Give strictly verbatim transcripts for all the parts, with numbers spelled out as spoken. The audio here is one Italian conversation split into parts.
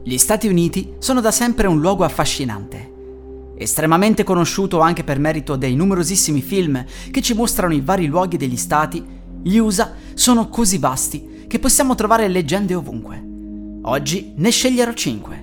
Gli Stati Uniti sono da sempre un luogo affascinante, estremamente conosciuto anche per merito dei numerosissimi film che ci mostrano i vari luoghi degli stati. Gli U S A sono così vasti che possiamo trovare leggende ovunque. Oggi ne sceglierò cinque.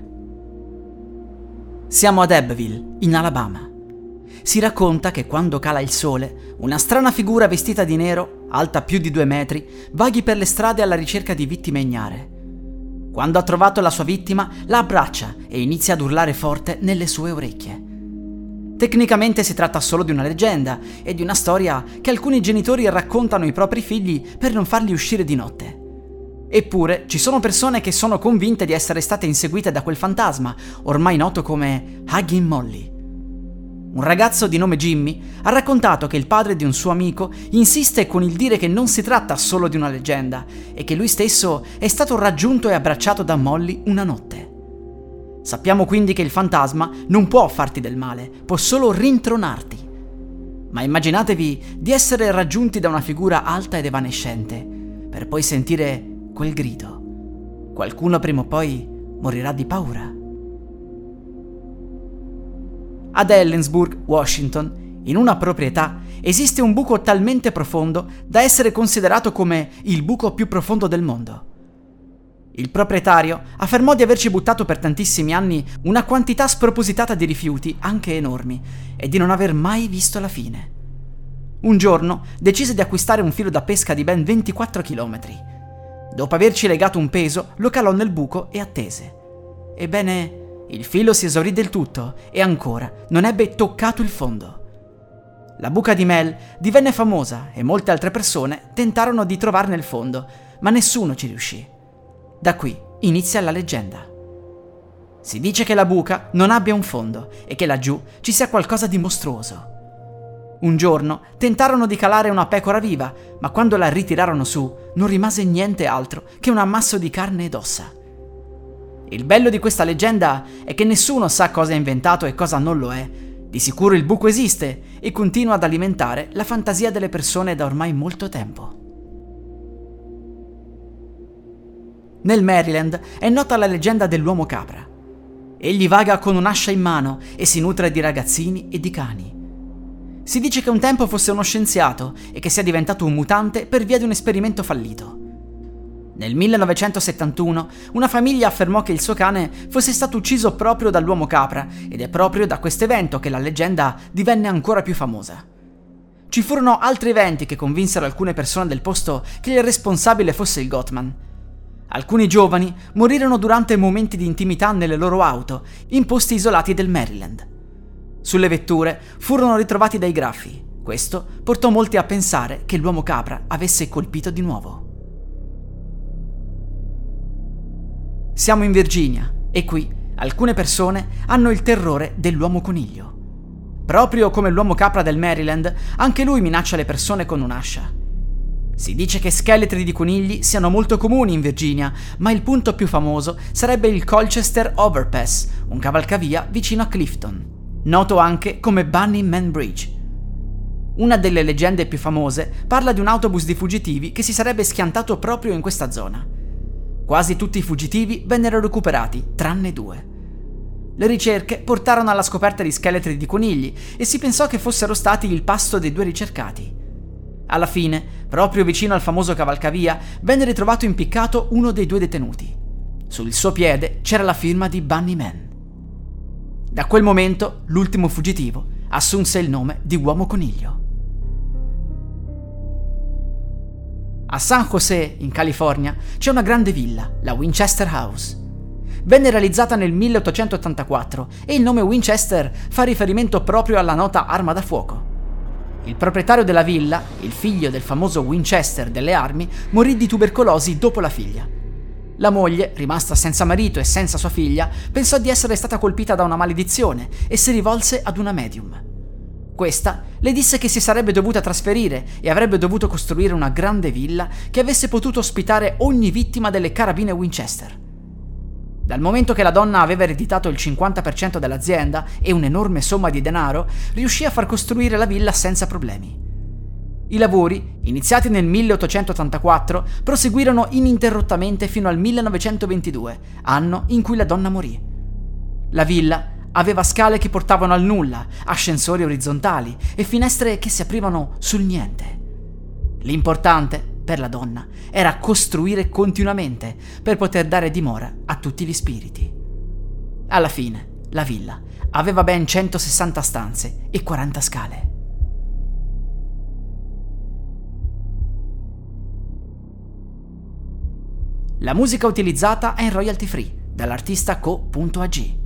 Siamo ad Abbeville, in Alabama. Si racconta che quando cala il sole, una strana figura vestita di nero, alta più di due metri, vaghi per le strade alla ricerca di vittime ignare. Quando ha trovato la sua vittima, la abbraccia e inizia ad urlare forte nelle sue orecchie. Tecnicamente si tratta solo di una leggenda e di una storia che alcuni genitori raccontano ai propri figli per non farli uscire di notte. Eppure ci sono persone che sono convinte di essere state inseguite da quel fantasma, ormai noto come Hugging Molly. Un ragazzo di nome Jimmy ha raccontato che il padre di un suo amico insiste con il dire che non si tratta solo di una leggenda e che lui stesso è stato raggiunto e abbracciato da Molly una notte. Sappiamo quindi che il fantasma non può farti del male, può solo rintronarti. Ma immaginatevi di essere raggiunti da una figura alta ed evanescente, per poi sentire quel grido. Qualcuno prima o poi morirà di paura. Ad Ellensburg, Washington, in una proprietà, esiste un buco talmente profondo da essere considerato come il buco più profondo del mondo. Il proprietario affermò di averci buttato per tantissimi anni una quantità spropositata di rifiuti, anche enormi, e di non aver mai visto la fine. Un giorno decise di acquistare un filo da pesca di ben ventiquattro chilometri. Dopo averci legato un peso, lo calò nel buco e attese. Ebbene, il filo si esaurì del tutto e ancora non ebbe toccato il fondo. La buca di Mel divenne famosa e molte altre persone tentarono di trovarne il fondo, ma nessuno ci riuscì. Da qui inizia la leggenda. Si dice che la buca non abbia un fondo e che laggiù ci sia qualcosa di mostruoso. Un giorno tentarono di calare una pecora viva, ma quando la ritirarono su non rimase niente altro che un ammasso di carne ed ossa. Il bello di questa leggenda è che nessuno sa cosa è inventato e cosa non lo è. Di sicuro il buco esiste e continua ad alimentare la fantasia delle persone da ormai molto tempo. Nel Maryland è nota la leggenda dell'uomo capra. Egli vaga con un'ascia in mano e si nutre di ragazzini e di cani. Si dice che un tempo fosse uno scienziato e che sia diventato un mutante per via di un esperimento fallito. Nel millenovecentosettantuno una famiglia affermò che il suo cane fosse stato ucciso proprio dall'uomo capra ed è proprio da questo evento che la leggenda divenne ancora più famosa. Ci furono altri eventi che convinsero alcune persone del posto che il responsabile fosse il Gothman. Alcuni giovani morirono durante momenti di intimità nelle loro auto, in posti isolati del Maryland. Sulle vetture furono ritrovati dei graffi. Questo portò molti a pensare che l'uomo capra avesse colpito di nuovo. Siamo in Virginia e qui alcune persone hanno il terrore dell'uomo coniglio. Proprio come l'uomo capra del Maryland, anche lui minaccia le persone con un'ascia. Si dice che scheletri di conigli siano molto comuni in Virginia, ma il punto più famoso sarebbe il Colchester Overpass, un cavalcavia vicino a Clifton, noto anche come Bunny Man Bridge. Una delle leggende più famose parla di un autobus di fuggitivi che si sarebbe schiantato proprio in questa zona. Quasi tutti i fuggitivi vennero recuperati, tranne due. Le ricerche portarono alla scoperta di scheletri di conigli e si pensò che fossero stati il pasto dei due ricercati. Alla fine, proprio vicino al famoso cavalcavia, venne ritrovato impiccato uno dei due detenuti. Sul suo piede c'era la firma di Bunny Man. Da quel momento, l'ultimo fuggitivo assunse il nome di Uomo Coniglio. A San José, in California, c'è una grande villa, la Winchester House. Venne realizzata nel milleottocentottantaquattro e il nome Winchester fa riferimento proprio alla nota arma da fuoco. Il proprietario della villa, il figlio del famoso Winchester delle armi, morì di tubercolosi dopo la figlia. La moglie, rimasta senza marito e senza sua figlia, pensò di essere stata colpita da una maledizione e si rivolse ad una medium. Questa le disse che si sarebbe dovuta trasferire e avrebbe dovuto costruire una grande villa che avesse potuto ospitare ogni vittima delle carabine Winchester. Dal momento che la donna aveva ereditato il cinquanta per cento dell'azienda e un'enorme somma di denaro, riuscì a far costruire la villa senza problemi. I lavori, iniziati nel milleottocentottantaquattro, proseguirono ininterrottamente fino al millenovecentoventidue, anno in cui la donna morì. La villa aveva scale che portavano al nulla, ascensori orizzontali e finestre che si aprivano sul niente. L'importante, per la donna, era costruire continuamente per poter dare dimora a tutti gli spiriti. Alla fine, la villa aveva ben centosessanta stanze e quaranta scale. La musica utilizzata è in royalty free dall'artista co punto a gi.